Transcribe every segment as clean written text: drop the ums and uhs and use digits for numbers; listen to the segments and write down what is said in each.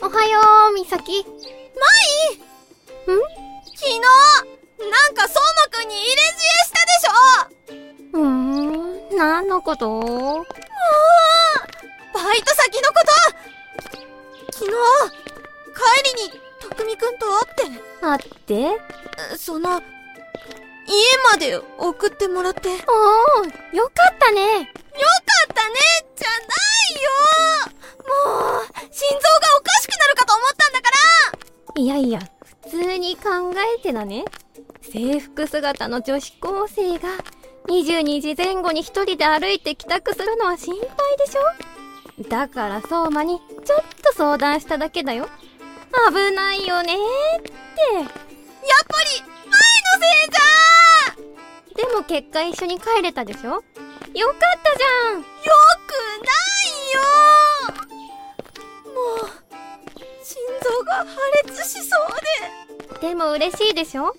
おはよう、みさき。 昨日、なんか相馬くんに入れ知恵したでしょ。 何のこと？ バイト先のこと。昨日、帰りに、たくみくんと会って。その、家まで送ってもらって。 おー、よかったね。 よかったね、じゃないよ。もう、心臓がおかしくなるかと思ったんだから。 いやいや、普通に考えてだね。制服姿の女子高生が22時前後に一人で歩いて帰宅するのは心配でしょ。だから相馬にちょっと相談しただけだよ。危ないよねーって。 やっぱり前のせいじゃん。 でも結果一緒に帰れたでしょ。よかったじゃん。 よくないよ。もう心臓が破裂しそうで。でも嬉しいでしょ。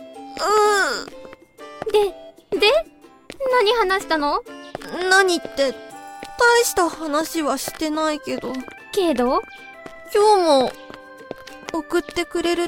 で何話したの？ 何って大した話はしてないけど。 けど今日も送ってくれるって。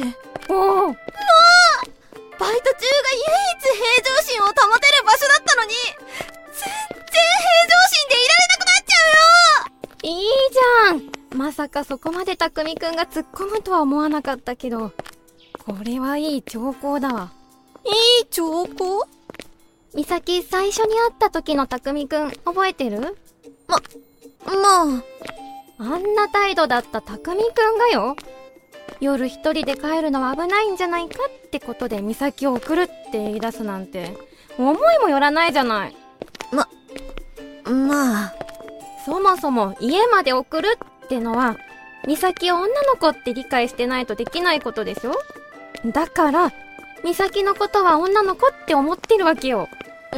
おお。もうバイト中が唯一平常心を保てる場所だったのに、全然平常心でいられなくなっちゃうよ。 いいじゃん。まさかそこまでたくみくんが突っ込むとは思わなかったけど、これはいい兆候だわ。 いい兆候？ みさき、最初に会った時のたくみくん覚えてる？ まあ。 あんな態度だったたくみくんがよ。夜一人で帰るのは危ないんじゃないかってことでみさきを送るって言い出すなんて思いもよらないじゃない。 まあ。 そもそも家まで送るってのはみさきを女の子って理解してないとできないことでしょ。だからみさきのことは女の子って思ってるわけよ。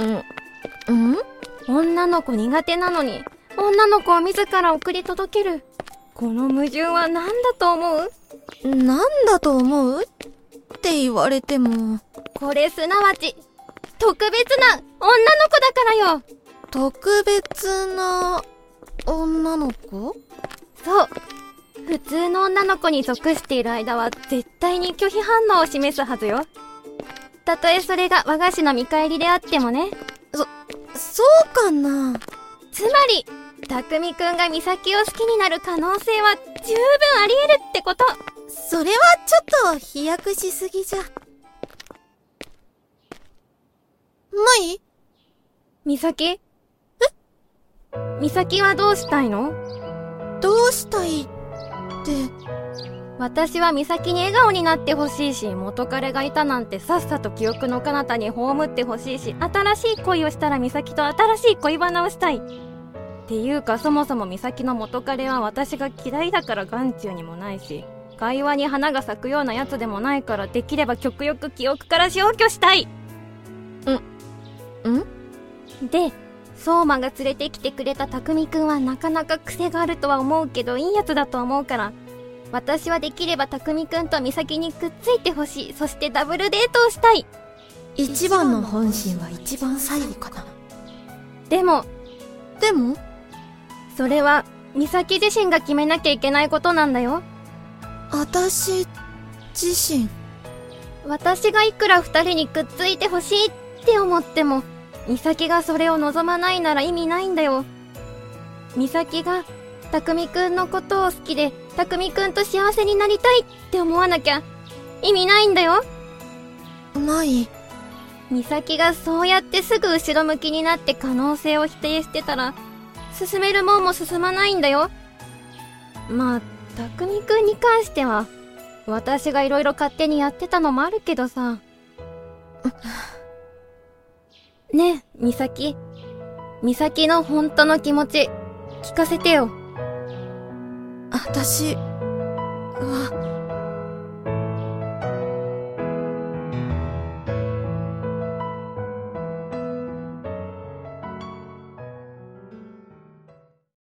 女の子苦手なのに女の子を自ら送り届ける。この矛盾は何だと思う？ なんだと思う？って言われても。 これすなわち特別な女の子だからよ。 特別な女の子？ そう。普通の女の子に属している間は絶対に拒否反応を示すはずよ。たとえそれが和菓子の見返りであってもね。 そうかな。 つまりたくみくんがみさきを好きになる可能性は十分あり得るってこと。 それはちょっと飛躍しすぎじゃ。舞？ みさき？みさきはどうしたいの？ どうしたいって。 私はみさきに笑顔になってほしいし、元彼がいたなんてさっさと記憶の彼方に葬ってほしいし、新しい恋をしたらみさきと新しい恋バナをしたい。っていうかそもそもみさきの元彼は私が嫌いだから眼中にもないし、会話に花が咲くようなやつでもないから、できれば極力記憶から消去したい。で、相馬が連れてきてくれたたくみくんはなかなか癖があるとは思うけどいいやつだと思うから、私はできればたくみくんとみさきにくっついてほしい。そしてダブルデートをしたい。 一番の本心は一番最後かな。 でもそれはみさき自身が決めなきゃいけないことなんだよ。 私自身。 私がいくら二人にくっついてほしいって思っても、みさきがそれを望まないなら意味ないんだよ。みさきがたくみくんのことを好きで、たくみくんと幸せになりたいって思わなきゃ意味ないんだよ。 舞。 みさきがそうやってすぐ後ろ向きになって可能性を否定してたら、進めるもんも進まないんだよ。まあ、たくみくんに関しては私がいろいろ勝手にやってたのもあるけどさ。ねえ、みさき。みさきの本当の気持ち聞かせてよ。 私は